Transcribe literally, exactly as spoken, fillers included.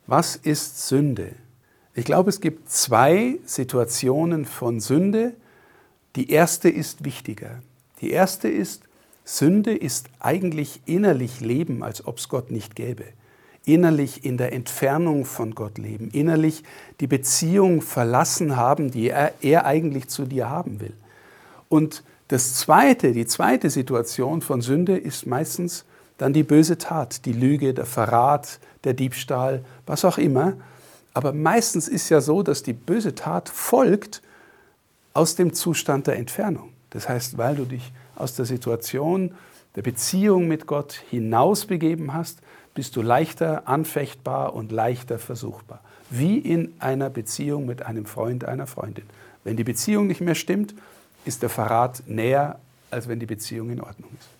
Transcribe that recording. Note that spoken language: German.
Was ist Sünde? Ich glaube, es gibt zwei Situationen von Sünde. Die erste ist wichtiger. Die erste ist, Sünde ist eigentlich innerlich Leben, als ob es Gott nicht gäbe. Innerlich in der Entfernung von Gott leben. Innerlich die Beziehung verlassen haben, die er, er eigentlich zu dir haben will. Und das zweite, die zweite Situation von Sünde ist meistens dann die böse Tat, die Lüge, der Verrat, der Diebstahl, was auch immer. Aber meistens ist ja so, dass die böse Tat folgt aus dem Zustand der Entfernung. Das heißt, weil du dich aus der Situation der Beziehung mit Gott hinausbegeben hast, bist du leichter anfechtbar und leichter versuchbar. Wie in einer Beziehung mit einem Freund, einer Freundin. Wenn die Beziehung nicht mehr stimmt, ist der Verrat näher, als wenn die Beziehung in Ordnung ist.